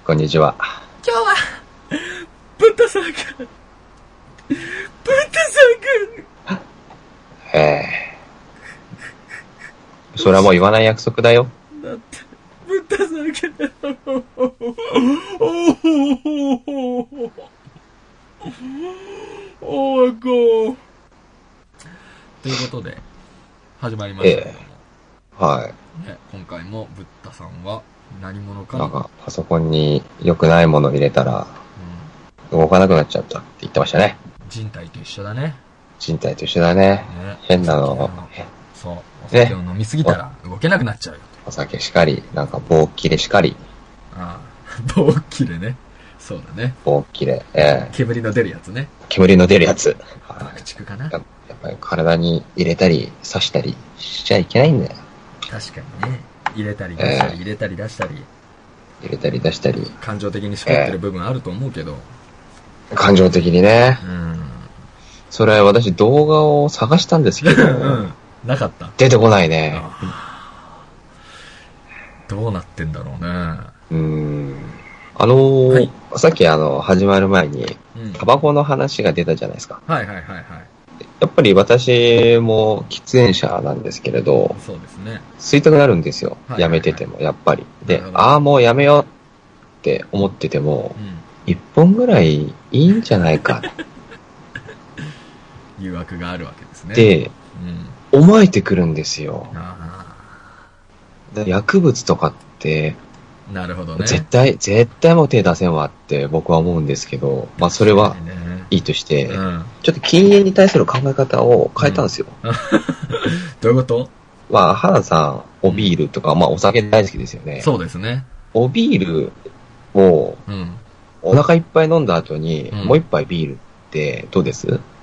こんにちは。 今日は、ブッダさんが、 それはもう言わない約束だよ。 だって、ブッダさんが、おーごー。ということで、始まりましたけども。 はい。 ね、今回もブッダさんは何者かなんか、パソコンに良くないものを入れたら、動かなくなっちゃったって言ってましたね。 人体と一緒だね。 人体と一緒だね。変なの。 そう。お酒を飲みすぎたら動けなくなっちゃうよ。 お酒しかり、なんか棒切れしかり。 ああ、棒切れね。そうだね。 棒切れ。 煙の出るやつね。 煙の出るやつ。 爆竹かな。 やっぱり体に入れたり刺したりしちゃいけないんだよ。 確かにね。入れたり出したり、入れたり出したり。 入れたり出したり。 感情的にしこってる部分あると思うけど。 感情的にね。 うん。 それ私動画を探したんですけど。 うん。なかった。 出てこないね。 どうなってんだろうね。 はい、さっき始まる前に、タバコの話が出たじゃないですか。 はいはいはいはい。 やっぱり私も喫煙者なんですけれど、 そうですね。 吸いたくなるんですよ。やめてても、やっぱり。で、もうやめようって思ってても、一本ぐらいいいんじゃないか。 誘惑があるわけですね。 で、思えてくるんですよ。薬物とかって、 なるほどね。 絶対もう手出せんわって僕は思うんですけど、まあそれはいいとして、ちょっと禁煙に対する考え方を変えたんですよ。 どういうこと？ まあ、原さん、おビールとか、まあお酒大好きですよね。 そうですね。 おビールを、お腹いっぱい飲んだ後に、もう一杯ビールってどうです？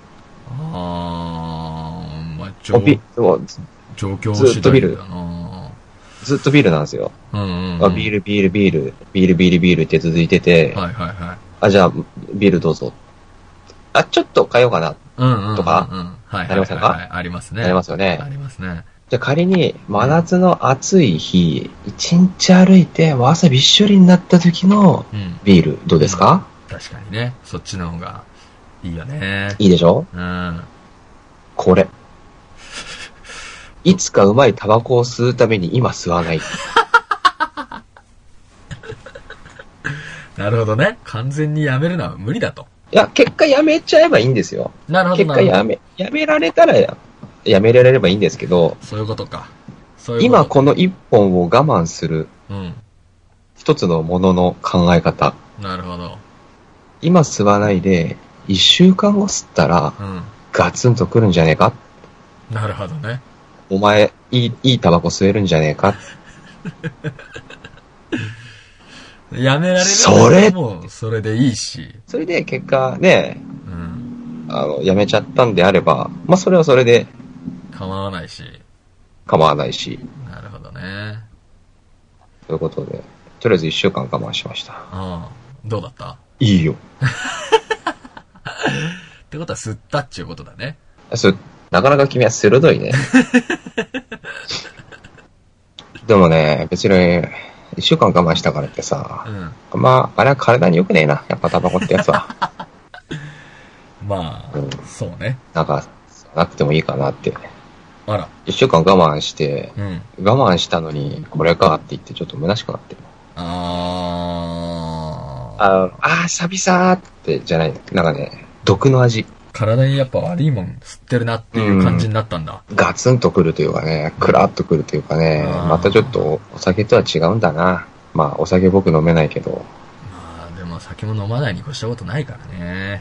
まあ、 状況次第だな。ずっとビールなんですよ。ビールって続いてて、じゃあ、ビールどうぞ。ちょっと変えようかな。とか、なりませんか？ ありますね。 なりますよね。 ありますね。 じゃあ仮に、真夏の暑い日、一日歩いて、朝びっしょりになった時のビール、どうですか？ 確かにね。そっちの方がいいよね。 いいでしょ？これ。いつかうまいタバコを吸うために今吸わない。 なるほどね。完全にやめるのは無理だと。 いや、結果やめちゃえばいいんですよ。 なるほど。 結果やめられたらやめられればいいんですけど。 そういうことか。 今この一本を我慢する。一つのものの考え方。 なるほど。 今吸わないで、一週間後吸ったら、ガツンとくるんじゃねえか。 なるほどね。 お前、いいタバコ吸えるんじゃねえか。 やめられるのもそれでいいし。 それで結果ね、やめちゃったんであれば、まあそれはそれで。 構わないし。 なるほどね。 ということで、とりあえず1週間我慢しました。 どうだった？ いいよ。 ってことは吸ったっていうことだね。 なかなか君は鋭いね。でもね、別に、1週間我慢したからってさ、まあ、あれは体に良くねえな、やっぱタバコってやつは。 まあ、そうね。 なんか、なくてもいいかなって。 あら。 1週間我慢して、我慢したのに、これかって言ってちょっと虚しくなってる。久々ってじゃない、なんかね、毒の味。 体にやっぱ悪いもん吸ってるなっていう感じになったんだ。 ガツンとくるというかね、クラッとくるというかね、またちょっとお酒とは違うんだな。まあお酒僕飲めないけど。 まあでも酒も飲まないに越したことないからね。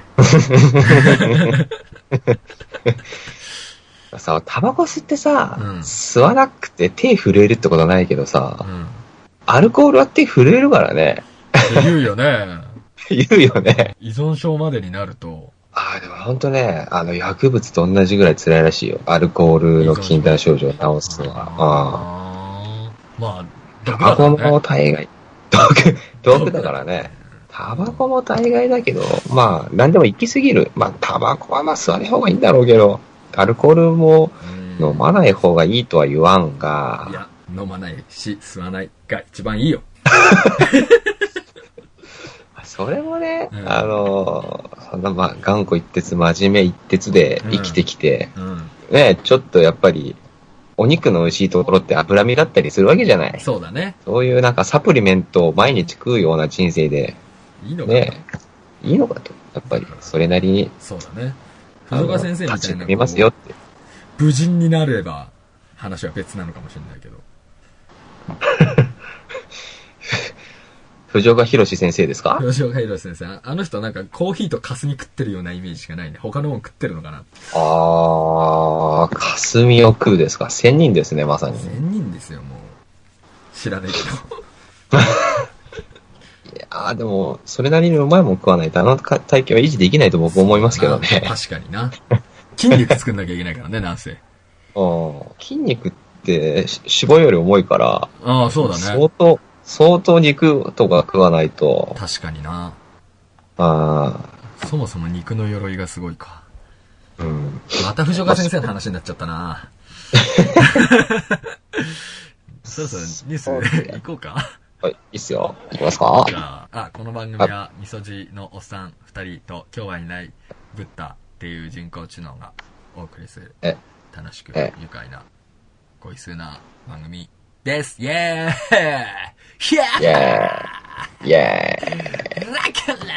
さ、タバコ吸ってさ、吸わなくて手震えるってことないけどさ、アルコールは手震えるからね。 言うよね。 言うよね。 依存症までになると。 でも本当ね、薬物と同じぐらい辛いらしいよ。アルコールの禁断症状を治すのは。 まあ、 タバコも大概。毒だからね。タバコも大概だけど、まあ、何でも行き過ぎる。まあ、タバコはまあ吸わない方がいいんだろうけど、アルコールも飲まない方がいいとは言わんが。 いや、飲まないし、吸わないが一番いいよ。 それもね、そんな頑固一徹、真面目一徹で生きてきて、ね、ちょっとやっぱり、お肉の美味しいところって脂身だったりするわけじゃない。 そうだね。 そういうなんかサプリメントを毎日食うような人生で、 いいのかね。 いいのかと。やっぱり、それなりに。 そうだね。藤岡先生みたいな。 見ますよって。 無人になれば、話は別なのかもしれないけど。 藤岡弘先生ですか？ 藤岡弘先生。あの人なんかコーヒーと霞食ってるようなイメージしかないね。他のもん食ってるのかな。 霞を食うですか。仙人ですね、まさに。 仙人ですよ、もう。知らないけど。 いやでも、それなりにうまいもん食わないと、あの体型は維持できないと僕思いますけどね。 確かにな。筋肉作んなきゃいけないからね、なんせ。 筋肉って脂肪より重いから。 ああ、そうだね。 相当肉とか食わないと。 確かにな。そもそも肉の鎧がすごいか。また藤岡先生の話になっちゃったな。そろそろニュース行こうか。 はい、いいっすよ。行きますか。 じゃあ、この番組は、みそじのおっさん2人と、今日はいないブッダっていう人工知能がお送りする、楽しく愉快な、恋数な番組です。イェーイイェーイイェーイラカラ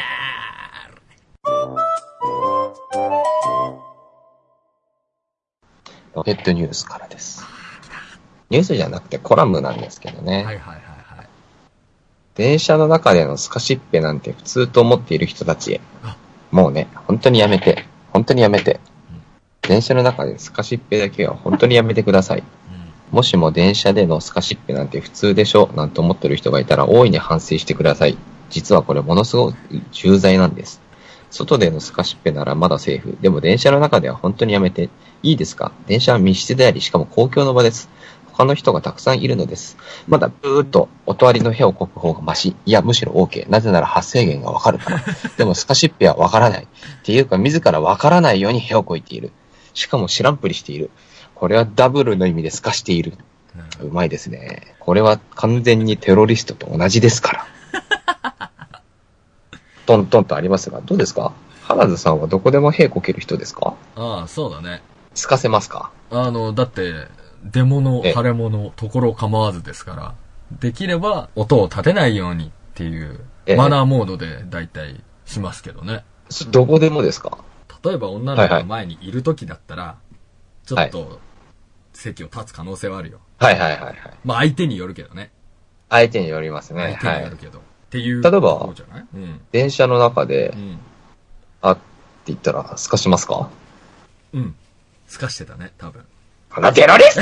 ロケットニュースからです。ニュースじゃなくてコラムなんですけどね。 はい。 電車の中でのスカシッペなんて普通と思っている人たちへ。もうね、本当にやめて。電車の中でスカシッペだけは本当にやめてください。もしも電車でのスカシッペなんて普通でしょなんて思ってる人がいたら大いに反省してください。実はこれものすごく重罪なんです。外でのスカシッペならまだセーフ。でも電車の中では本当にやめて。いいですか？電車は密室であり、しかも公共の場です。他の人がたくさんいるのです。まだブーっとおとわりの部屋をこく方がマシ。いや、むしろ OK。なぜなら発生源がわかるから。でもスカシッペはわからない。っていうか、自らわからないように部屋をこいている。しかも知らんぷりしている。これはダブルの意味で透かしている。うまいですね。これは完全にテロリストと同じですから。トントンとありますが、どうですか？花津さんはどこでも部屋こける人ですか？ ああ、そうだね。 透かせますか？ だって、出物、腫れ物、ところ構わずですから、できれば音を立てないようにっていう、マナーモードで大体しますけどね。 どこでもですか？ 例えば女の子が前にいる時だったら、ちょっと席を立つ可能性はあるよ。 はい。 まあ相手によるけどね。 相手によりますね。 相手によるけど。っていう。 例えば、電車の中で、って言ったら、透かしますか？ 透かしてたね、多分。 このテロリス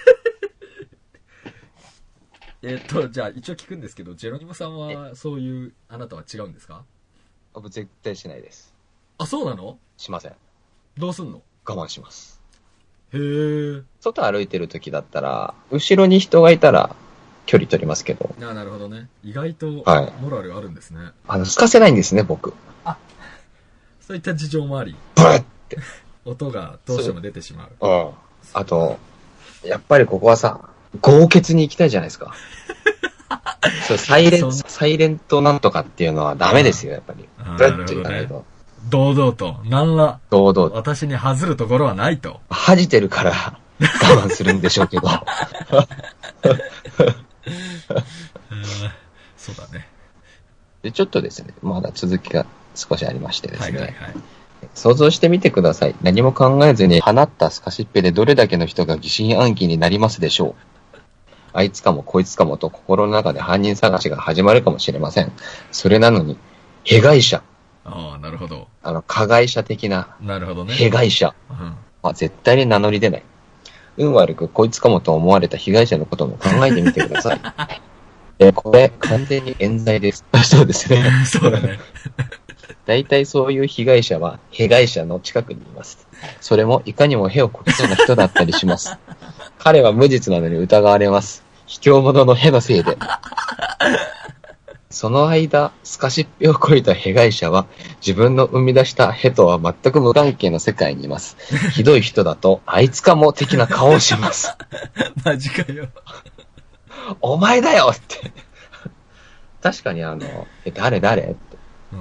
トじゃあ一応聞くんですけど、ジェロニモさんはそういう、あなたは違うんですか？ 絶対しないです。 あ、そうなの？ しません。 どうすんの？ 我慢します。 へー。 外歩いてる時だったら、後ろに人がいたら、距離取りますけど。 なるほどね。意外と、モラルあるんですね。 透かせないんですね、僕。 そういった事情もあり。 ブッって。 音がどうしても出てしまう。 あと、やっぱりここはさ、豪傑に行きたいじゃないですか。そうサイレントなんとかっていうのはダメですよ、やっぱり。ブッて言わないと。 堂々と、なんら、 堂々と。 私に恥ずるところはないと。 恥じてるから我慢するんでしょうけど。 そうだね。 で、ちょっとですね、まだ続きが少しありましてですね。想像してみてください。何も考えずに放ったスカシッペでどれだけの人が疑心暗鬼になりますでしょう。あいつかもこいつかもと心の中で犯人探しが始まるかもしれません。それなのに、被害者。 ああ、なるほど。 加害者的な。 なるほどね。 被害者。絶対に名乗り出ない。運悪くこいつかもと思われた被害者のことも考えてみてください。これ、完全に冤罪です。そうですね。 そうだね。 大体そういう被害者は、被害者の近くにいます。それもいかにもへをこきそうな人だったりします。彼は無実なのに疑われます。卑怯者のへのせいで。その間、スカシッペをこいた被害者は、自分の生み出したへとは全く無関係の世界にいます。ひどい人だと、あいつかも的な顔をします。 マジかよ。 お前だよって。確かに誰って。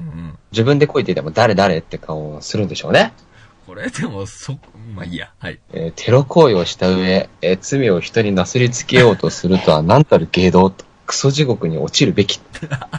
自分でこいていても誰って顔をするんでしょうね。 これでもまあいいや。はい。 テロ行為をした上、罪を人になすりつけようとするとは何たる芸道と、クソ地獄に落ちるべき。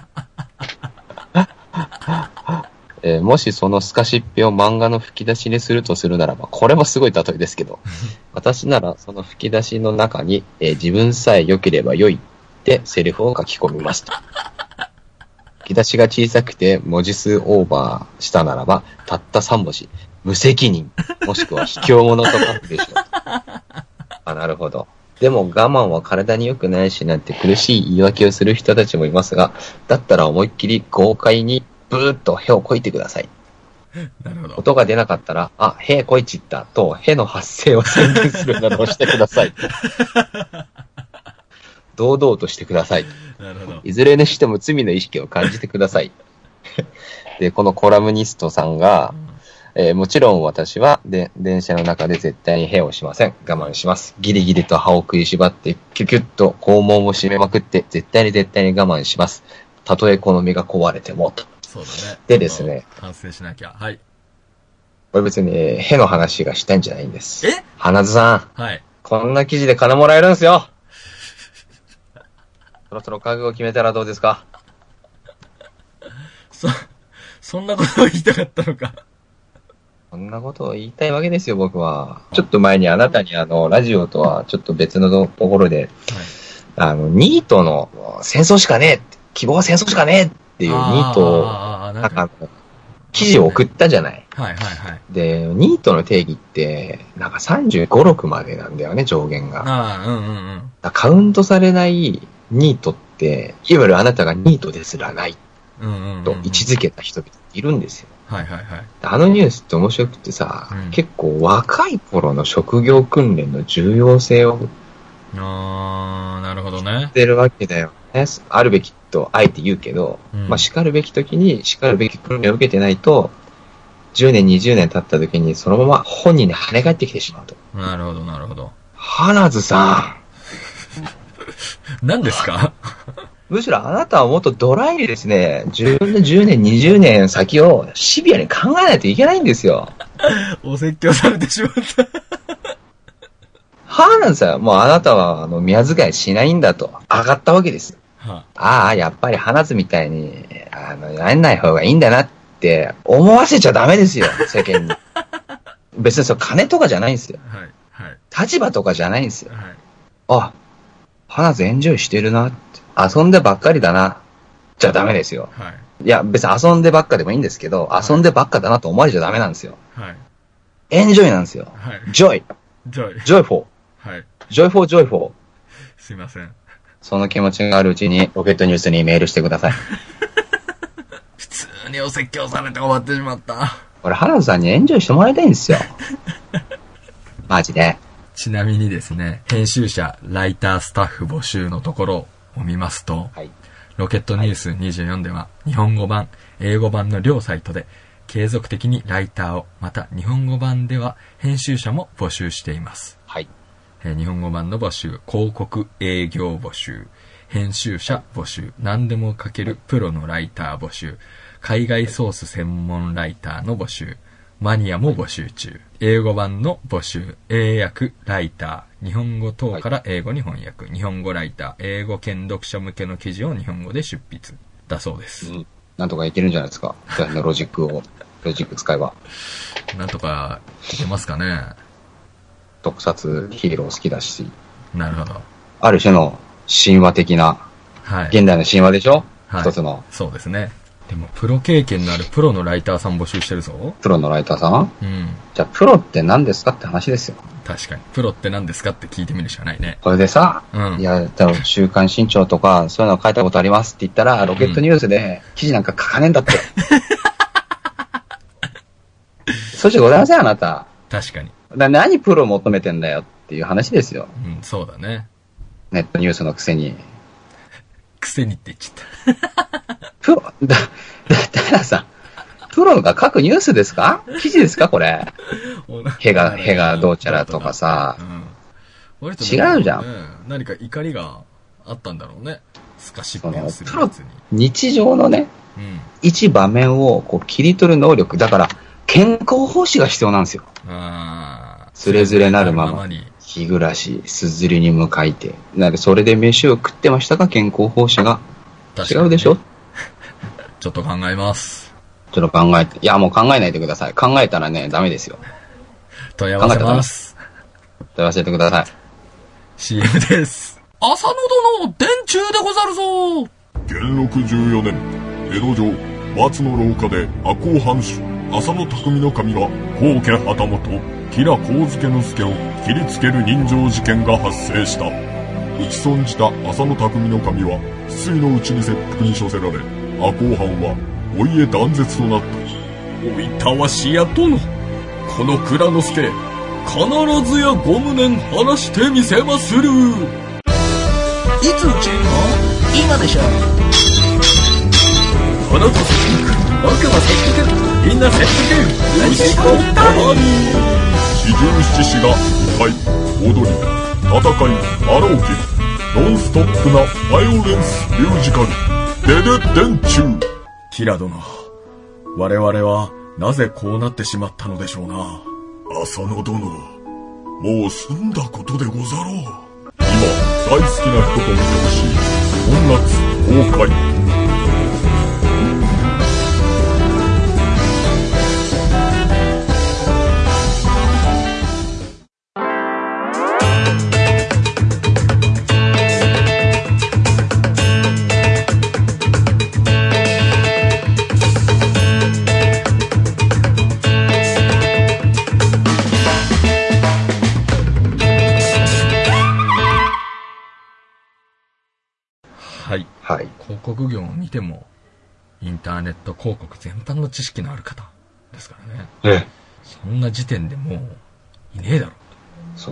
もしそのスカシッペを漫画の吹き出しにするとするならば、これもすごい例えですけど、私ならその吹き出しの中に、自分さえ良ければ良いってセリフを書き込みますと。吹き出しが小さくて文字数オーバーしたならば、たった3文字。無責任、もしくは卑怯者と書くでしょう。あ、なるほど。でも我慢は体に良くないしなんて苦しい言い訳をする人たちもいますが、だったら思いっきり豪快にブーッとへをこいてください。 なるほど。 音が出なかったら、あ、へこいちったと、への発声を宣言するなどしてください。堂々としてください。 なるほど。 いずれにしても罪の意識を感じてください。で、このコラムニストさんが、もちろん私は電車の中で絶対にへをしません。我慢します。ギリギリと歯を食いしばって、キュキュッと肛門を締めまくって、絶対に我慢します。たとえこの身が壊れても、と。 そうだね。 でですね。 反省しなきゃ。はい。 これ別に、への話がしたいんじゃないんです。 え？ 花津さん。 はい。 こんな記事で金もらえるんすよ。そろそろ覚悟を決めたらどうですか？ そんなことを言いたかったのか。 そんなことを言いたいわけですよ、僕は。ちょっと前にあなたにラジオとはちょっと別のところで、はい、ニートの戦争しかねえ、希望は戦争しかねえっていうニートを、記事を送ったじゃない。 はいはいはい。 で、ニートの定義って、なんか35、6までなんだよね、上限が。カウントされないニートって、いわゆるあなたがニートですらないと位置づけた人々いるんですよ。 はいはいはい。 あのニュースって面白くてさ、結構若い頃の職業訓練の重要性をなるほどね。 言ってるわけだよね。あるべきとあえて言うけど、まあ叱るべき時に叱るべき訓練を受けてないと、10年、20年経った時にそのまま本人に跳ね返ってきてしまうと。 なるほどなるほど。 花津さん。何ですか？ むしろあなたはもっとドライにですね、10年、20年先をシビアに考えないといけないんですよ。 お説教されてしまった。 なんですよ。もうあなたは宮遣いしないんだと。上がったわけです。やっぱり花津みたいに、やんない方がいいんだなって思わせちゃダメですよ、世間に。別に金とかじゃないんですよ。 はい。はい。 立場とかじゃないんですよ。 はい。 花津エンジョイしてるなって。遊んでばっかりだな。じゃダメですよ。 はい。 いや、別に遊んでばっかでもいいんですけど、遊んでばっかだなと思われちゃダメなんですよ。 はい。 エンジョイなんですよ。 はい。 ジョイ。ジョイフォー。 はい。 ジョイフォー、ジョイフォー。 すいません。 その気持ちがあるうちに、ロケットニュースにメールしてください。 普通にお説教されて終わってしまった。 俺、花田さんにエンジョイしてもらいたいんですよ。マジで。 ちなみにですね、編集者、ライタースタッフ募集のところを見ますと、はい、ロケットニュース24では、日本語版、英語版の両サイトで、継続的にライターを、また日本語版では編集者も募集しています。 はい。 日本語版の募集、広告営業募集、編集者募集、何でも書けるプロのライター募集、海外ソース専門ライターの募集、マニアも募集中。英語版の募集、英訳、ライター、日本語等から英語に翻訳、日本語ライター、英語研読者向けの記事を日本語で出筆だそうです。 なんとかいけるんじゃないですか。ロジック使えば。 なんとかいけますかね。 特撮ヒーロー好きだし。 なるほど。 ある種の神話的な、はい、現代の神話でしょ、はい、一つの。 そうですね。でもプロ経験のあるプロのライターさん募集してるぞ。 プロのライターさん？ うん。 じゃあプロって何ですかって話ですよ。 確かに。プロって何ですかって聞いてみるしかないね。 これでさ、いや、多分週刊新潮とかそういうの書いたことありますって言ったら、ロケットニュースで記事なんか書かねえんだって。そうじゃございません、あなた。 確かに。 何プロ求めてんだよっていう話ですよ。 うん、そうだね。 ネットニュースのくせに。 くせにって言っちゃった。 プロ、だからさ、プロが書くニュースですか？記事ですかこれ。へがどうちゃらとかさ。うん、違うじゃん、 何か怒りがあったんだろうね。スカシップをするやつに。 日常のね、 一場面をこう切り取る能力。だから、健康奉仕が必要なんですよ。つれづれなるままに。日暮らし、すずりに向かいて。それで飯を食ってましたか、健康奉仕が。違うでしょちょっと考えます。 ちょっと考えて。いや、もう考えないでください。考えたらね、ダメですよ。 問い合わせます。 問い合わせてください。 CM です。浅野殿、電柱でござるぞ。 元禄14年、江戸城、松の廊下で赤穂藩主、浅野匠の神が、高家旗本、吉良上野之助を切りつける人情事件が発生した。打ち損じた浅野匠の神は、失意のうちに切腹に処せられ、赤穂藩は、お家断絶となった。 おいたわしや殿、この蔵之助、必ずやご無念晴らしてみせまする。 いつ打ちの今でしょ。 花と切腹、僕も切腹、みんな切腹。よしこった四十七士が歌い、踊り、戦い、あろうきノンストップなバイオレンスミュージカル、デデ電柱。 キラ殿、我々はなぜこうなってしまったのでしょうな。 浅野殿、もう済んだことでござろう。今大好きな人と見てほしい本夏公開。 はい。広告業を見ても、インターネット広告全般の知識のある方ですからね。そんな時点でもう、いねえだろ。 そう、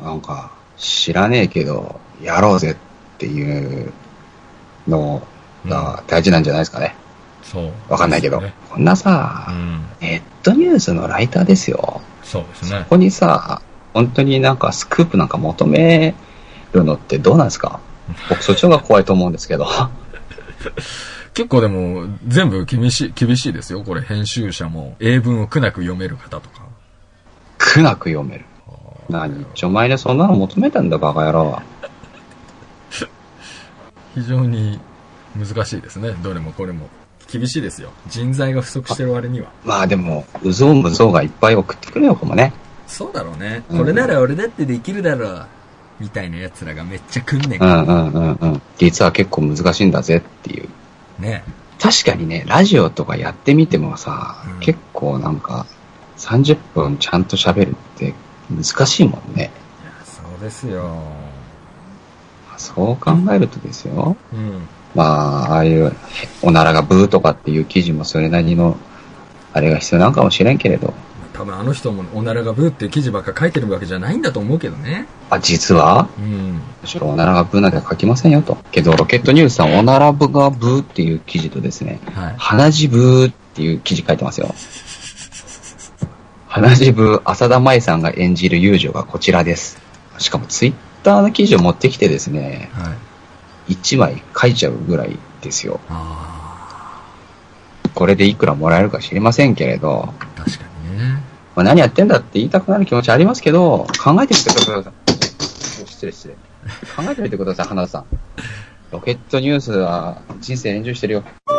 なんか、知らねえけど、やろうぜっていうのが大事なんじゃないですかね。 そう。 わかんないけど。こんなさ、ネットニュースのライターですよ。 そうですね。 そこにさ、本当になんかスクープなんか求めるのってどうなんですか？僕そっちの方が怖いと思うんですけど。 結構でも全部厳しいですよ。これ編集者も英文を苦なく読める方とか。 苦なく読める。何ちょ前にそんなの求めたんだバカ野郎は。 非常に難しいですね。どれもこれも厳しいですよ。人材が不足してる割には。 まあでもうぞうむぞうがいっぱい送ってくるよかもね。 そうだろうね。これなら俺だってできるだろう。みたいな奴らがめっちゃ来んねんから。 実は結構難しいんだぜっていう。 ね。 確かにね、ラジオとかやってみてもさ、結構なんか30分ちゃんと喋るって難しいもんね。 いや、そうですよ。 そう考えるとですよ。まあ、ああいうおならがブーとかっていう記事もそれなりのあれが必要なのかもしれんけれど。 多分あの人もおならがブーっていう記事ばっか書いてるわけじゃないんだと思うけどね。 あ、実はおならがブーなんて書きませんよと。けど、ロケットニュースさん、おならがブーっていう記事とですね、鼻血ブーっていう記事書いてますよ。鼻血ブー、浅田舞さんが演じる遊女がこちらです。しかもツイッターの記事を持ってきてですね、1枚書いちゃうぐらいですよ。これでいくらもらえるか知りませんけれど。 確かにね。 まあ、何やってんだって言いたくなる気持ちありますけど、考えてみてください。失礼。考えてみてください、花田さん。ロケットニュースは人生エンジョイしてるよ。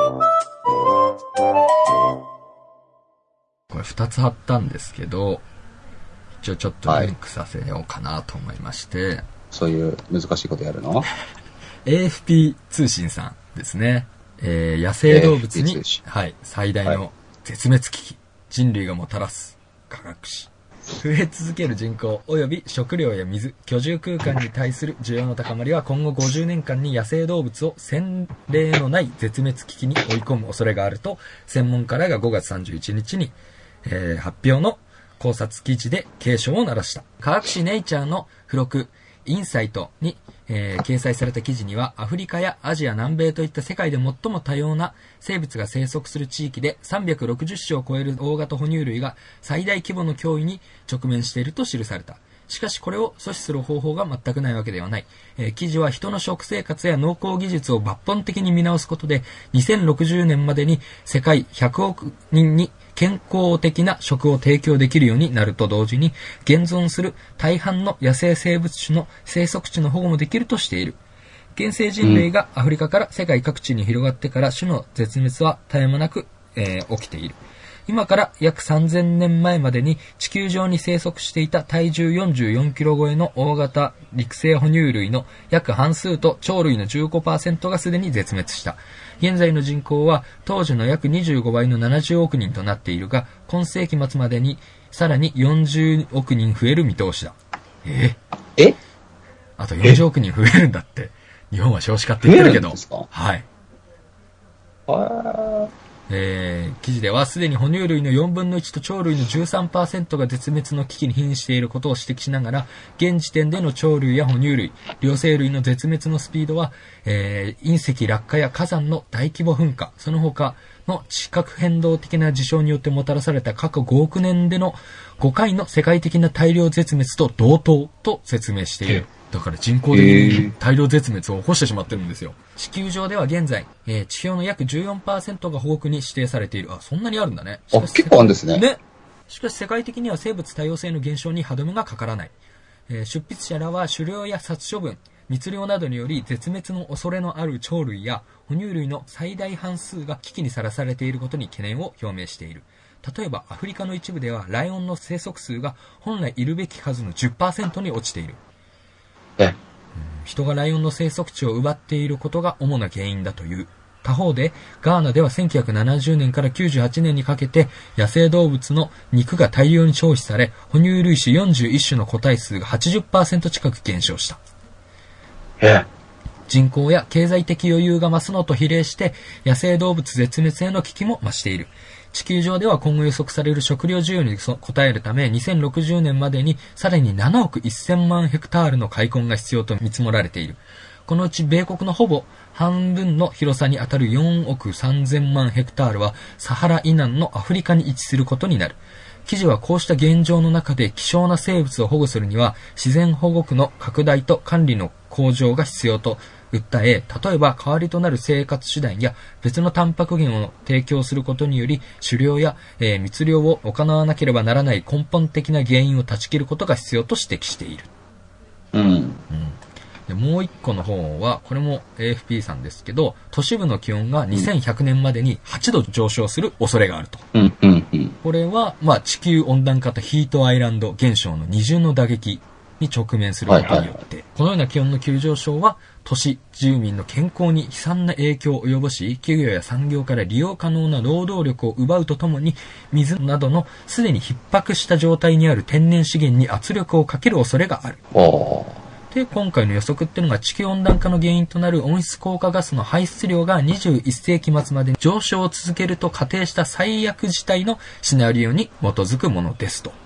これ2つ貼ったんですけど、一応ちょっとリンクさせようかなと思いまして。 そういう難しいことやるの？ AFP 通信さんですね。野生動物に、最大の絶滅危機、人類がもたらす科学史。増え続ける人口及び食料や水、居住空間に対する需要の高まりは今後50年間に野生動物を先例のない絶滅危機に追い込む恐れがあると、専門家らが5月31日に、発表の考察記事で警鐘を鳴らした。科学誌ネイチャーの付録インサイトに、掲載された記事には、アフリカやアジア、南米といった世界で最も多様な生物が生息する地域で360種を超える大型哺乳類が最大規模の脅威に直面していると記された。 しかしこれを阻止する方法が全くないわけではない。記事は人の食生活や農耕技術を抜本的に見直すことで、2060年までに世界100億人に健康的な食を提供できるようになると同時に、現存する大半の野生生物種の生息地の保護もできるとしている。現生人類がアフリカから世界各地に広がってから種の絶滅は絶え間なく、起きている。今から約3000年前までに地球上に生息していた体重44キロ超えの大型陸生哺乳類の約半数と鳥類の 15% がすでに絶滅した。現在の人口は当時の約25倍の70億人となっているが、今世紀末までにさらに40億人増える見通しだ。あと40億人増えるんだって。日本は少子化って言ってるけど。はい。記事ではすでに哺乳類の4分の1と鳥類の 13% が絶滅の危機に瀕していることを指摘しながら、現時点での鳥類や哺乳類、両生類の絶滅のスピードは、隕石落下や火山の大規模噴火、その他の地殻変動的な事象によってもたらされた過去5億年での5回の世界的な大量絶滅と同等と説明している。だから人工的に大量絶滅を起こしてしまってるんですよ。地球上では現在、地表の約 14% が保護区に指定されている。あ、そんなにあるんだね。 結構あるんですね。 しかし世界的には生物多様性の減少に歯止めがかからない。出筆者らは狩猟や殺処分、密猟などにより絶滅の恐れのある鳥類や哺乳類の最大半数が危機にさらされていることに懸念を表明している。例えばアフリカの一部ではライオンの生息数が本来いるべき数の 10% に落ちている。人がライオンの生息地を奪っていることが主な原因だという。他方でガーナでは1970年から98年にかけて野生動物の肉が大量に消費され、哺乳類種41種の個体数が 80% 近く減少した。人口や経済的余裕が増すのと比例して野生動物絶滅への危機も増している。地球上では今後予測される食料需要に応えるため2060年までにさらに7億1000万ヘクタールの開墾が必要と見積もられている。このうち米国のほぼ半分の広さにあたる4億3000万ヘクタールはサハラ以南のアフリカに位置することになる。記事はこうした現状の中で希少な生物を保護するには自然保護区の拡大と管理の向上が必要と訴え、例えば代わりとなる生活手段や別のタンパク源を提供することにより狩猟や、密猟を行わなければならない根本的な原因を断ち切ることが必要と指摘している。でもう一個の方はこれも AFP さんですけど、都市部の気温が2100年までに8度上昇する恐れがあると。これは、地球温暖化とヒートアイランド現象の二重の打撃に直面することによって、このような気温の急上昇は都市住民の健康に悲惨な影響を及ぼし、企業や産業から利用可能な労働力を奪うとともに、水などのすでに逼迫した状態にある天然資源に圧力をかける恐れがある。で、今回の予測っていうのが地球温暖化の原因となる温室効果ガスの排出量が21世紀末まで上昇を続けると仮定した最悪事態のシナリオに基づくものですと。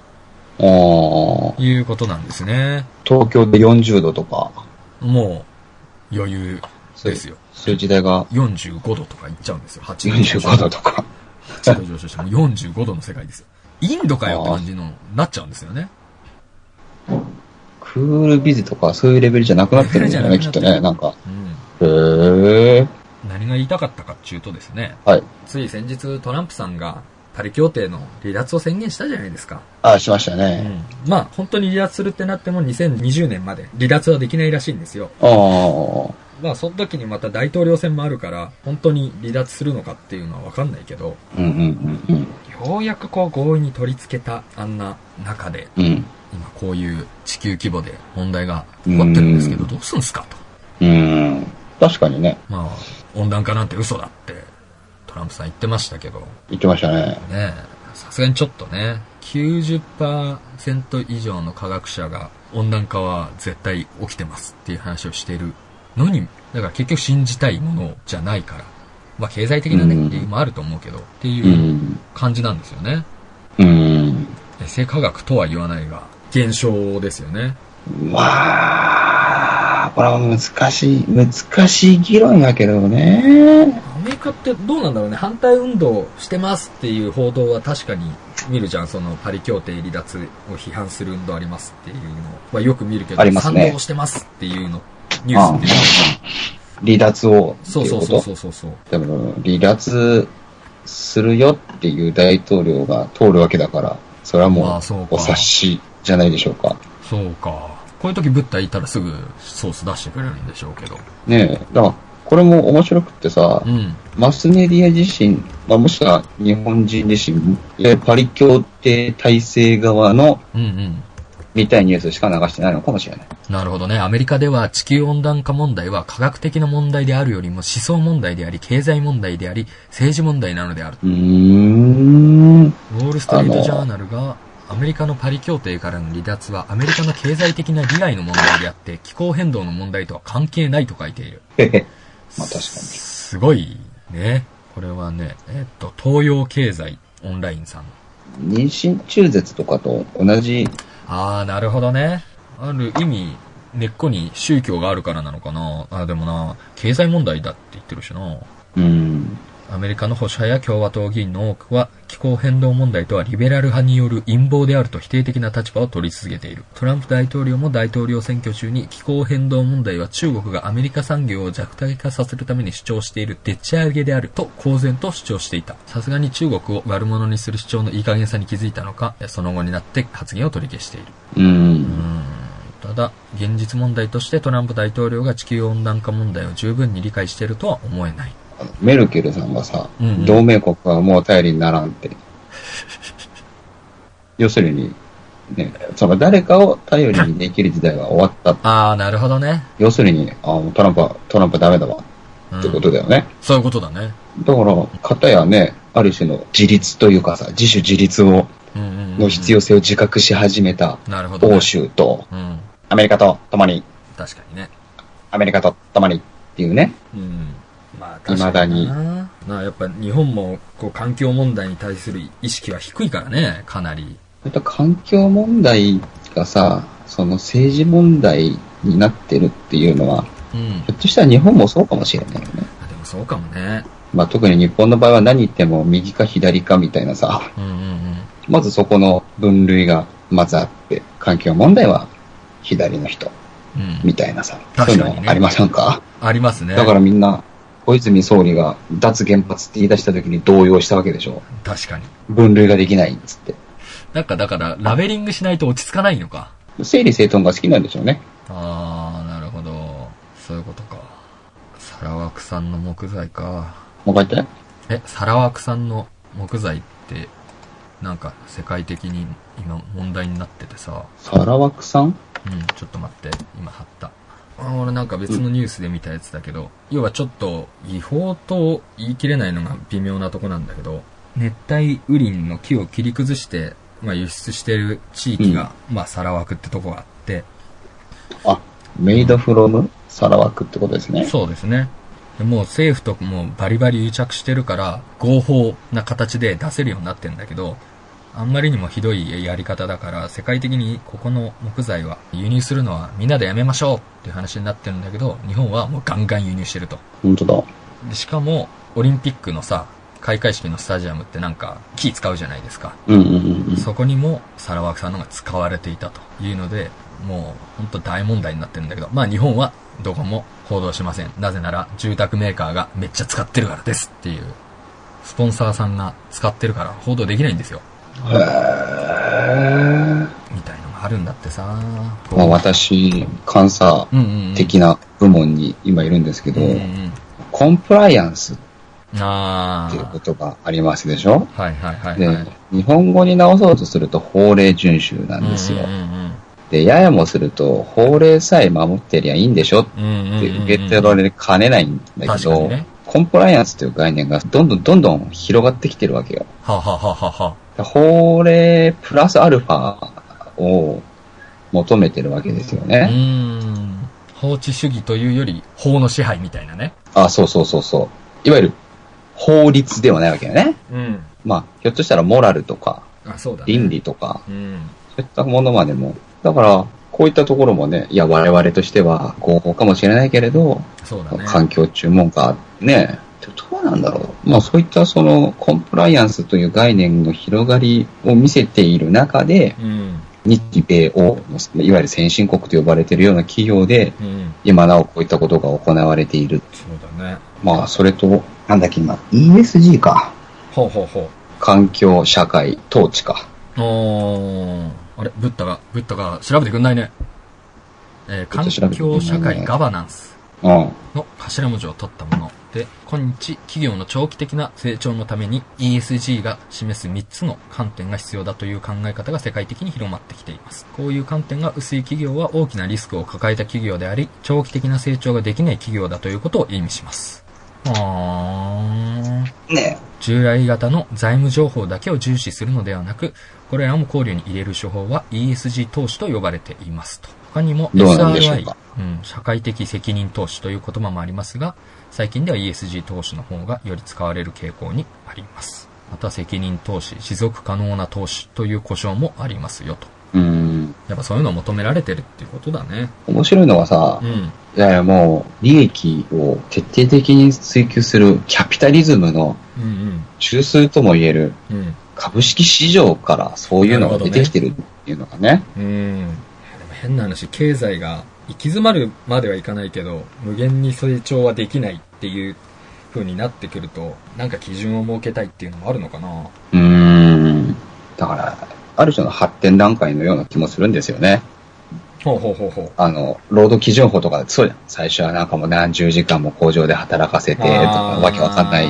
いうことなんですね。 東京で40度とか。 もう余裕ですよ。 そういう時代が。 45度とかいっちゃうんですよ。 45度とか。 8度上昇しても45度の世界ですよ。インドかよって感じのなっちゃうんですよね。 クールビズとかそういうレベルじゃなくなってるんだよね、きっとね。なんか。 何が言いたかったかっていうとですね。 はい。 つい先日トランプさんがパリ協定の離脱を宣言したじゃないですか。 しましたね。 本当に離脱するってなっても2020年まで離脱はできないらしいんですよ。その時にまた大統領選もあるから本当に離脱するのかっていうのは分かんないけど、ようやくこう合意に取り付けたあんな中で、今こういう地球規模で問題が起こってるんですけど、どうすんすかと。 確かにね。 温暖化なんて嘘だってトランプさん言ってましたけど。 言ってましたね。 さすがにちょっとね、90% 以上の科学者が温暖化は絶対起きてますっていう話をしているのに、だから結局信じたいものじゃないから、経済的なね、理由もあると思うけどっていう感じなんですよね。生化学とは言わないが現象ですよね。 これは難しい議論やけどね。 アメリカってどうなんだろうね。反対運動してますっていう報道は確かに見るじゃん。そのパリ協定離脱を批判する運動ありますっていうのはよく見るけど、 ね、 賛同してますっていうの、ニュースって離脱をそうそうそうそうそう。 でも離脱するよっていう大統領が通るわけだから、それはもうお察しじゃないでしょうか。 そうか。こういう時ブッダいたらすぐソース出してくれるんでしょうけど。 ねえ、だからこれも面白くってさ、マスメディア自身、もしくは日本人自身、パリ協定体制側の見たいニュースしか流してないのかもしれない。 なるほどね。アメリカでは地球温暖化問題は科学的な問題であるよりも思想問題であり、経済問題であり、政治問題なのである。ウォールストリートジャーナルがアメリカのパリ協定からの離脱はアメリカの経済的な利害の問題であって気候変動の問題とは関係ないと書いている。 まあ確かに。 すごいね。これはね、東洋経済オンラインさん。 妊娠中絶とかと同じ。 ああ、なるほどね。ある意味、根っこに宗教があるからなのかな。でもな、経済問題だって言ってるしな。アメリカの保守派や共和党議員の多くは気候変動問題とはリベラル派による陰謀であると否定的な立場を取り続けている。トランプ大統領も大統領選挙中に気候変動問題は中国がアメリカ産業を弱体化させるために主張しているでっち上げであると公然と主張していた。さすがに中国を悪者にする主張のいい加減さに気づいたのか、その後になって発言を取り消している。ただ、現実問題としてトランプ大統領が地球温暖化問題を十分に理解しているとは思えない。 メルケルさんがさ、同盟国はもう頼りにならんって。要するに、ね、その誰かを頼りにできる時代は終わった。 ああ、なるほどね。 要するに、トランプダメだわ。ってことだよね。 そういうことだね。 だから、片やね、ある種の自立というかさ、自主自立を、の必要性を自覚し始めた欧州と、アメリカと共に。 確かにね。 アメリカと共にっていうね。 まあ、未だに。やっぱ日本もこう環境問題に対する意識は低いからね、かなり。 環境問題がさ、その政治問題になってるっていうのは、ひょっとしたら日本もそうかもしれないよね。でもそうかもね。 まあ特に日本の場合は何言っても右か左かみたいなさ、まずそこの分類がまずあって、環境問題は左の人、みたいなさ、そういうのありませんか？ ありますね。 だからみんな、小泉総理が脱原発って言い出した時に動揺したわけでしょ。 確かに。 分類ができないっつって。 だからラベリングしないと落ち着かないのか。 整理整頓が好きなんでしょうね。 ああ、なるほど。そういうことか。サラワク産の木材か。 もう一回言って。 サラワク産の木材ってなんか世界的に今問題になっててさ。 サラワク産？ ちょっと待って、今貼った。俺なんか別のニュースで見たやつだけど、要はちょっと違法と言い切れないのが微妙なとこなんだけど、熱帯雨林の木を切り崩して、輸出している地域が、サラワクってとこがあって。 メイドフロムサラワクってことですね。 そうですね。もう政府ともバリバリ癒着してるから、合法な形で出せるようになってんだけど、あんまりにもひどいやり方だから、世界的にここの木材は輸入するのはみんなでやめましょうっていう話になってるんだけど、日本はもうガンガン輸入してると。 本当だ。 でしかも、オリンピックのさ、開会式のスタジアムってなんか木使うじゃないですか。そこにもサラワクさんのが使われていたというので、もう本当大問題になってるんだけど、日本はどこも報道しません。なぜなら住宅メーカーがめっちゃ使ってるからですっていう、スポンサーさんが使ってるから報道できないんですよ。みたいのがあるんだってさ。 私、監査的な部門に今いるんですけど、コンプライアンスっていうことがありますでしょ？で、日本語に直そうとすると法令遵守なんですよ。で、ややもすると法令さえ守ってりゃいいんでしょって受け取られかねないんだけど、コンプライアンスという概念がどんどん広がってきてるわけよ。法令プラスアルファを求めてるわけですよね。 法治主義というより法の支配みたいなね。 そう。いわゆる法律ではないわけよね。ひょっとしたらモラルとか、倫理とか、そういったものまでも。だから、こういったところもね、いや、我々としては合法かもしれないけれど、環境注文家ね、 どうなんだろう。まあそういったそのコンプライアンスという概念の広がりを見せている中で、日米欧のいわゆる先進国と呼ばれているような企業で、今なおこういったことが行われている。 そうだね。まあそれと、なんだっけ今、ESG か。 ほうほうほう。 環境、社会、統治か。 あれ、ブッダが調べてくんないね。環境、社会、ガバナンスの頭文字を取ったもので、今日企業の長期的な成長のために ESG が示す3つの観点が必要だという考え方が世界的に広まってきています。こういう観点が薄い企業は大きなリスクを抱えた企業であり、長期的な成長ができない企業だということを意味します。 ね、 従来型の財務情報だけを重視するのではなく、これらも考慮に入れる手法は ESG 投資と呼ばれていますと。他にも SRI、社会的責任投資という言葉もありますが、最近では ESG 投資の方がより使われる傾向にあります。また責任投資、持続可能な投資という呼称もありますよと。やっぱそういうのを求められてるっていうことだね。 面白いのはさ、いやいやもう利益を徹底的に追求するキャピタリズムの中枢とも言える株式市場からそういうのが出てきてるっていうのがね。 でも変な話、経済が行き詰まるまではいかないけど無限に成長はできないっていう風になってくると、なんか基準を設けたいっていうのもあるのかな。 だからある種の発展段階のような気もするんですよね。 労働基準法とかそうじゃん。最初はなんかもう何十時間も工場で働かせてとかわけわかんない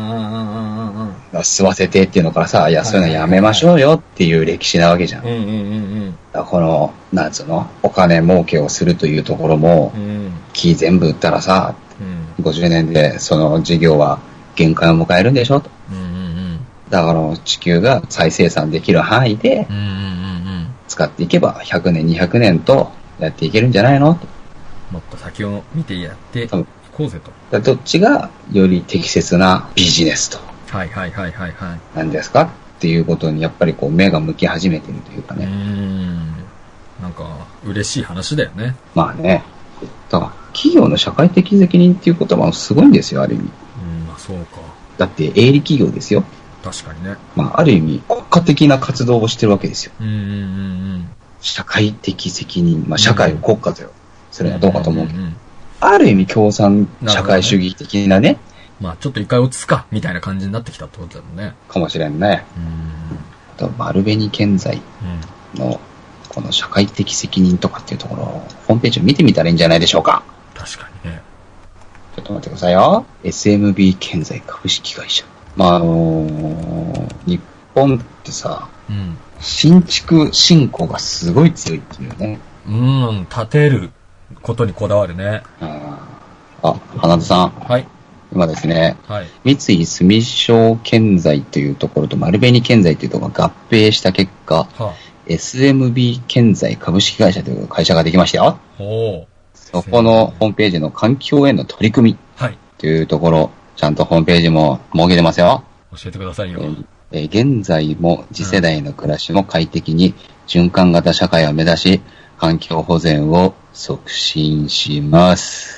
吸わせてっていうのからさ、いやそういうのやめましょうよっていう歴史なわけじゃん。だからこのなんつうのお金儲けをするというところも、木全部売ったらさ、50年でその事業は限界を迎えるんでしょと。だから地球が再生産できる範囲で使っていけば100年200年とやっていけるんじゃないのと。 もっと先を見てやっていこうぜと。どっちがより適切なビジネスとなんですかっていうことにやっぱりこう目が向き始めてるというかね。 なんか嬉しい話だよね。 まあね。だから企業の社会的責任っていう言葉もすごいんですよ、ある意味。 まあそうか。 だって営利企業ですよ。 確かにね。 まあある意味国家的な活動をしてるわけですよ。社会的責任、まあ社会を国家とよ。それはどうかと思うけど。ある意味共産社会主義的なね。 まあちょっと一回落ち着かみたいな感じになってきたってことだもんね。 かもしれんね。あと丸紅建材のこの社会的責任とかっていうところをホームページを見てみたらいいんじゃないでしょうか。 確かにね。 ちょっと待ってくださいよ。SMB 建材株式会社。まあ日本ってさ、新築新古がすごい強いっていうね。 建てることにこだわるね。 花田さん。 はい。 今ですね、三井住商建材というところと丸紅建材というところが合併した結果、SMB 建材株式会社という会社ができましたよ。そこのホームページの環境への取り組みというところ、ちゃんとホームページも設けてますよ。 教えてくださいよ。 現在も次世代の暮らしも快適に循環型社会を目指し、環境保全を促進します。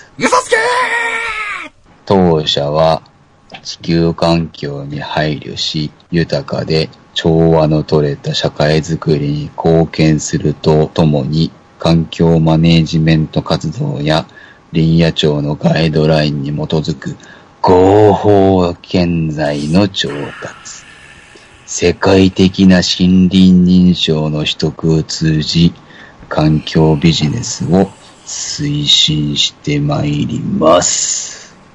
嘘つけー！ 当社は地球環境に配慮し、豊かで調和の取れた社会づくりに貢献するとともに、環境マネジメント活動や林野庁のガイドラインに基づく合法建材の調達、世界的な森林認証の取得を通じ、環境ビジネスを推進してまいります。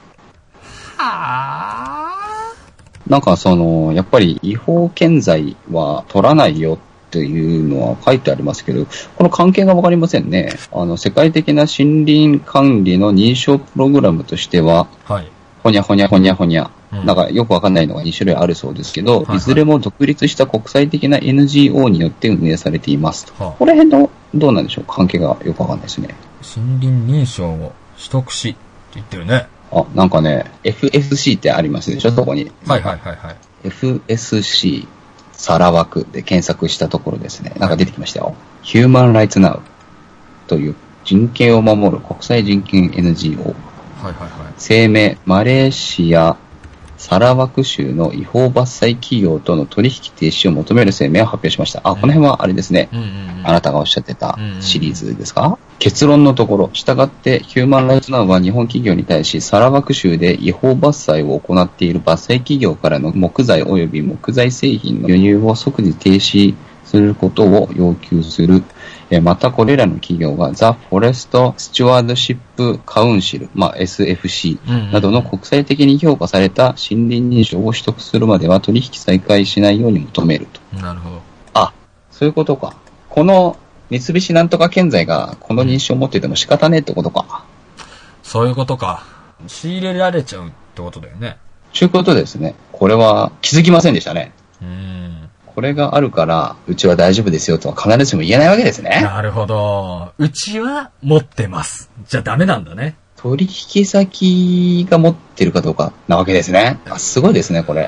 なんかやっぱり違法建材は取らないよっていうのは書いてありますけど、この関係がわかりませんね。世界的な森林管理の認証プログラムとしては、ほにゃほにゃほにゃほにゃ。なんかよくわかんないのが2種類あるそうですけど、いずれも独立した国際的な NGO によって運営されていますと。この辺のどうなんでしょう、関係がよくわかんないですね。 森林認証を取得しって言ってるね。 なんかね、FSC ってありますでしょ、そこに。FSC サラワクで検索したところですね、なんか出てきましたよ。Human Rights Now という人権を守る国際人権 NGO。声明、マレーシアサラワク州の違法伐採企業との取引停止を求める声明を発表しました。この辺はあれですね。あなたがおっしゃってたシリーズですか？結論のところ、従ってヒューマンライツナウは日本企業に対しサラワク州で違法伐採を行っている伐採企業からの木材及び木材製品の輸入を即時停止することを要求する。またこれらの企業はザ・フォレスト・スチュワードシップ・カウンシル、SFC などの国際的に評価された森林認証を取得するまでは取引再開しないように求めると。 なるほど。 そういうことか。この三菱なんとか建材がこの認証を持っていても仕方ねえってことか。 そういうことか。仕入れられちゃうってことだよね。 そういうことですね。これは気づきませんでしたね。これがあるから、うちは大丈夫ですよとは必ずしも言えないわけですね。 なるほど。うちは持ってます。じゃあダメなんだね。 取引先が持ってるかどうかなわけですね。すごいですね、これ。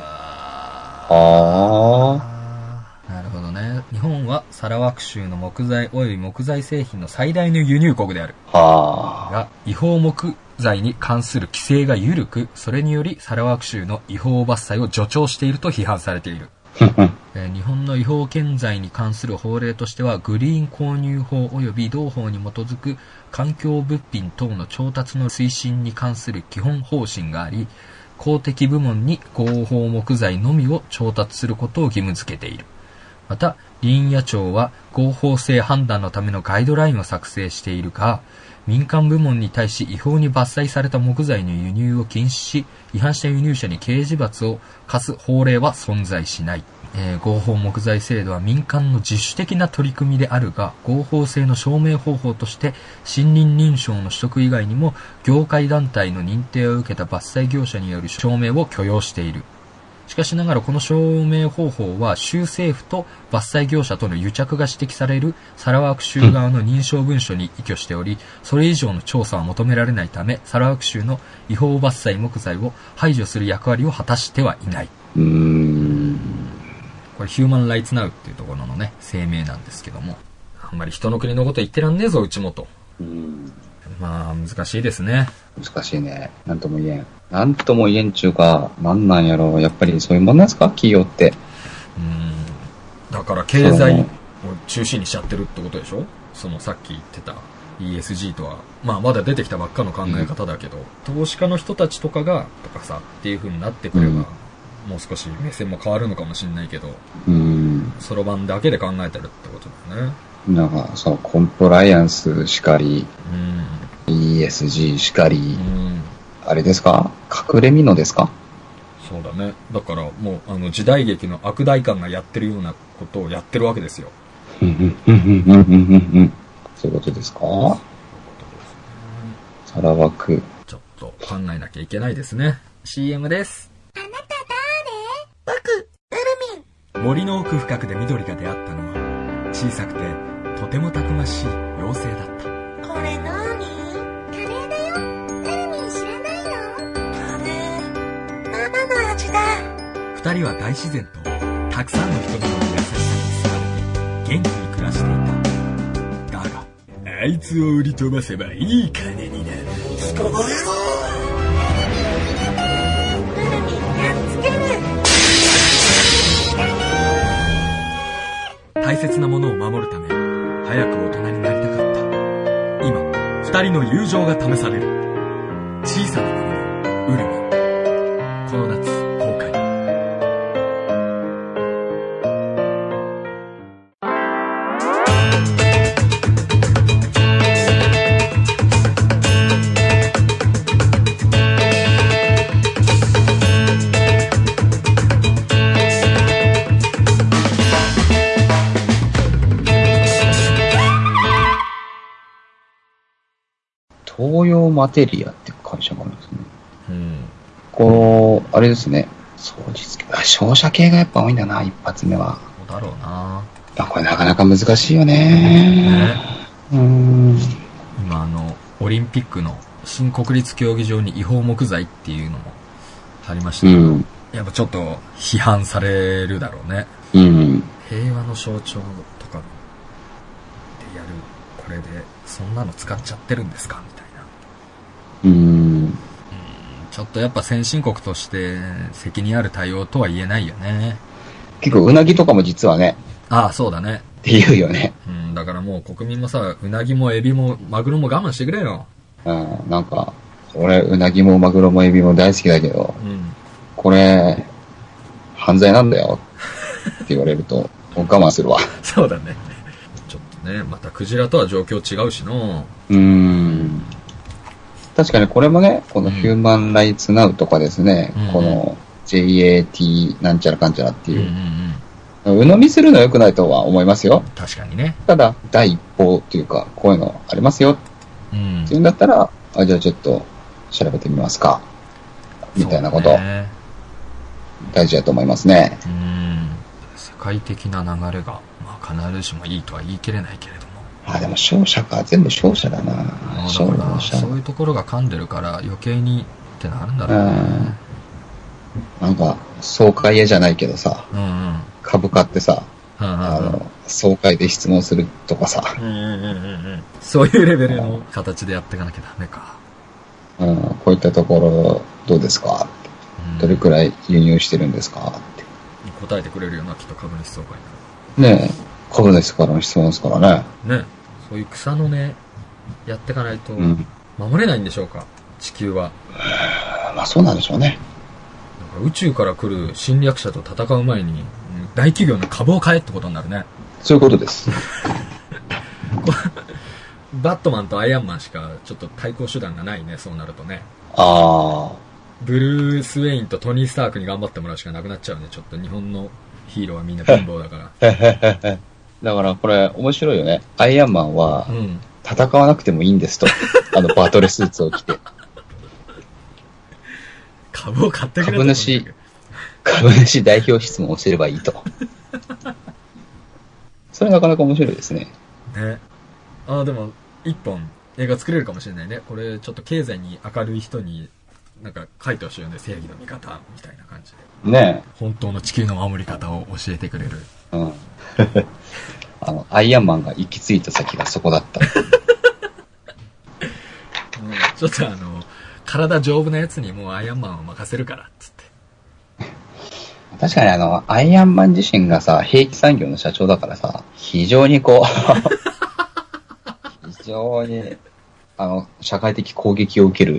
なるほどね。日本はサラワク州の木材及び木材製品の最大の輸入国である。が、違法木材に関する規制が緩く、それによりサラワク州の違法伐採を助長していると批判されている。日本の違法建材に関する法令としては、グリーン購入法及び同法に基づく環境物品等の調達の推進に関する基本方針があり、公的部門に合法木材のみを調達することを義務付けている。また、林野庁は合法性判断のためのガイドラインを作成しているが、民間部門に対し違法に伐採された木材の輸入を禁止し、違反した輸入者に刑事罰を課す法令は存在しない。合法木材制度は民間の自主的な取り組みであるが、合法性の証明方法として森林認証の取得以外にも業界団体の認定を受けた伐採業者による証明を許容している。しかしながらこの証明方法は州政府と伐採業者との癒着が指摘されるサラワク州側の認証文書に依拠しており、それ以上の調査は求められないため、サラワク州の違法伐採木材を排除する役割を果たしてはいない。これヒューマンライツナウっていうところのね、声明なんですけども、あんまり人の国のこと言ってらんねえぞ、うちもと。まあ、難しいですね。 難しいね。なんとも言えん。なんとも言えんちゅうか、なんなんやろう。やっぱりそういうもんなんですか、企業って。 だから経済を中心にしちゃってるってことでしょ？そのさっき言ってた ESG とは、まあまだ出てきたばっかの考え方だけど、投資家の人たちとかが、とかさ、っていう風になってくれば、もう少し目線も変わるのかもしれないけど、そろばんだけで考えてるってことだよね。 なんか、そのコンプライアンスしかり、ESG しかり、あれですか？隠れみのですか？ そうだね。だからもう時代劇の悪代官がやってるようなことをやってるわけですよ。 そういうことですか？サラワク。 ちょっと考えなきゃいけないですね。CM です。 あなた誰？僕、ウルミン。 森の奥深くで緑が出会ったのは、小さくてとてもたくましい妖精だった。 これ何？カレーだよ。ウルミン知らないの？カレー、ママの味だ。 二人は大自然とたくさんの人々の優しさに包まれて元気に暮らしていた。だが、あいつを売り飛ばせばいい金になる。 捕まえろ。ウルミンやっつける。 大切なものを守るため、早く大人になりたかった。今、二人の友情が試される。小さな国、ウルミン。この夏、公開。 東洋マテリアって会社があるんですね。こう、あれですね。商社系がやっぱ多いんだな、一発目は。 そうだろうな。 これなかなか難しいよね。 今オリンピックの新国立競技場に違法木材っていうのもありましたけど、やっぱちょっと批判されるだろうね。平和の象徴とかでやる、これでそんなの使っちゃってるんですかみたいな。っちょっとやっぱ先進国として責任ある対応とは言えないよね。 結構うなぎとかも実はね。 ああ、そうだね。 って言うよね。 うん、だからもう国民もさ、うなぎもエビもマグロも我慢してくれよ。 うん、なんか、俺、うなぎもマグロもエビも大好きだけど、うん、これ、犯罪なんだよって言われると、我慢するわ。 そうだね。ちょっとね、またクジラとは状況違うしの。 確かにこれもね、このヒューマンライツナウとかですね、この JAT なんちゃらかんちゃらっていう、鵜呑みするのは良くないとは思いますよ。 確かにね。 ただ、第一報っていうか、こういうのありますよっていうんだったら、じゃあちょっと調べてみますか。みたいなこと、大事だと思いますね。 世界的な流れが、まあ、必ずしもいいとは言い切れないけれども。 でも商社か。全部商社だな。 そういうところが噛んでるから余計にってなるんだろうね。 なんか、総会屋じゃないけどさ、株価ってさ、総会で質問するとかさ、 そういうレベルの形でやっていかなきゃダメか。 こういったところどうですかって、どれくらい輸入してるんですかって答えてくれるよな、きっと株主総会ねえ、株主からの質問ですからね。 ね、そういう草のね、やっていかないと守れないんでしょうか、地球は。 まあそうなんでしょうね。 だから宇宙から来る侵略者と戦う前に大企業の株を買えってことになるね。 そういうことです。 バットマンとアイアンマンしかちょっと対抗手段がないね、そうなるとね。ブルース・ウェインとトニー・スタークに頑張ってもらうしかなくなっちゃうね。ちょっと日本のヒーローはみんな貧乏だから。 だからこれ面白いよね。アイアンマンは戦わなくてもいいんですと。バトルスーツを着て。 株を買ってくれ株主代表質問をすればいいと。それなかなか面白いですね。 ね。でも、一本映画作れるかもしれないね。これ、ちょっと経済に明るい人に、なんか書いてほしいよね。正義の味方、みたいな感じで。ねえ。本当の地球の守り方を教えてくれる。 アイアンマンが行き着いた先がそこだった。 ちょっと体丈夫なやつにもうアイアンマンを任せるから、つって。 確かにアイアンマン自身がさ、兵器産業の社長だからさ、非常にこう、非常に、社会的攻撃を受ける。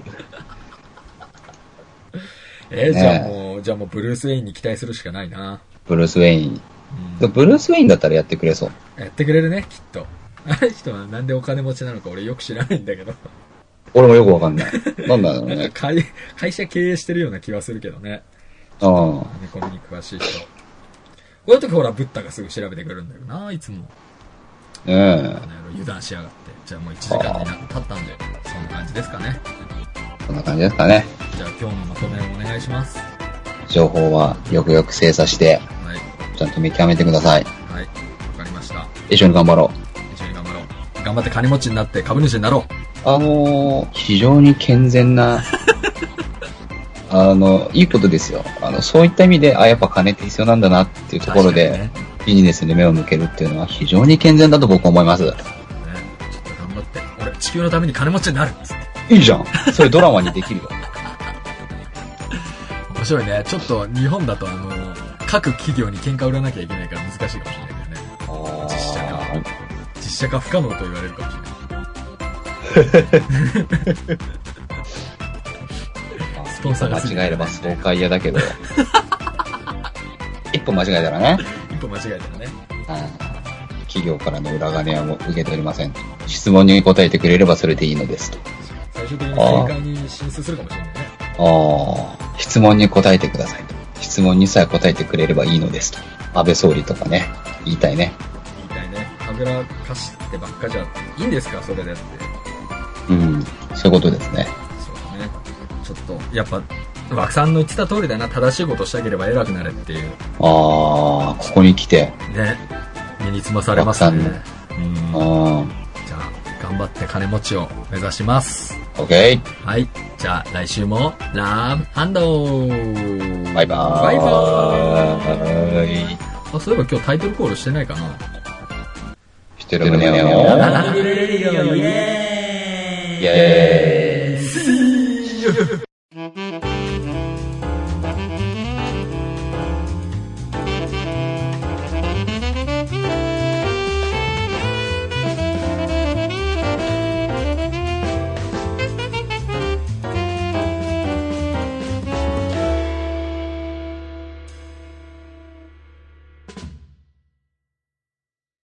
じゃあもうブルース・ウェインに期待するしかないな。 ブルース・ウェイン。ブルース・ウェインだったらやってくれそう。 やってくれるね、きっと。あの人はなんでお金持ちなのか俺よく知らないんだけど。 俺もよくわかんない。なんだろうね。 なんか会社経営してるような気はするけどね。アメコミに詳しい人。こういう時ほら、ブッダがすぐ調べてくれるんだよな、いつも。油断しやがって。じゃあもう1時間に経ったんで、そんな感じですかね。 そんな感じですかね。 じゃあ今日のまとめをお願いします。 情報はよくよく精査して、ちゃんと見極めてください。 はい。わかりました。 一緒に頑張ろう。 頑張って金持ちになって株主になろう。非常に健全な、いいことですよ。そういった意味で、やっぱ金って必要なんだなっていうところで、ビジネスに目を向けるっていうのは非常に健全だと僕は思います。 ちょっと頑張って。俺、地球のために金持ちになるっつって。 いいじゃん。それドラマにできるよ。 面白いね。ちょっと日本だと各企業に喧嘩売らなきゃいけないから難しいかもしれないけどね。実写化不可能と言われるかもしれない。スポンサーが間違えれば爽快屋だけど。一歩間違えたらね。企業からの裏金は受け取りません。質問に答えてくれればそれでいいのですと。 最終的に正解に進出するかもしれないね。 質問に答えてくださいと。質問にさえ答えてくれればいいのですと。安倍総理とかね、言いたいね。 はぐらかしてばっかじゃいいんですか、それでって。 そういうことですね。 そうだね。ちょっとやっぱ枠さんの言ってた通りだな。正しいことしたければ偉くなれっていう。 ここに来てね、身につまされますね。じゃあ頑張って金持ちを目指します。 OK。 はい。じゃあ来週もラブハンド。 バイバーイ。 そういえば今日タイトルコールしてないかな。 してるねよ。イエーイ。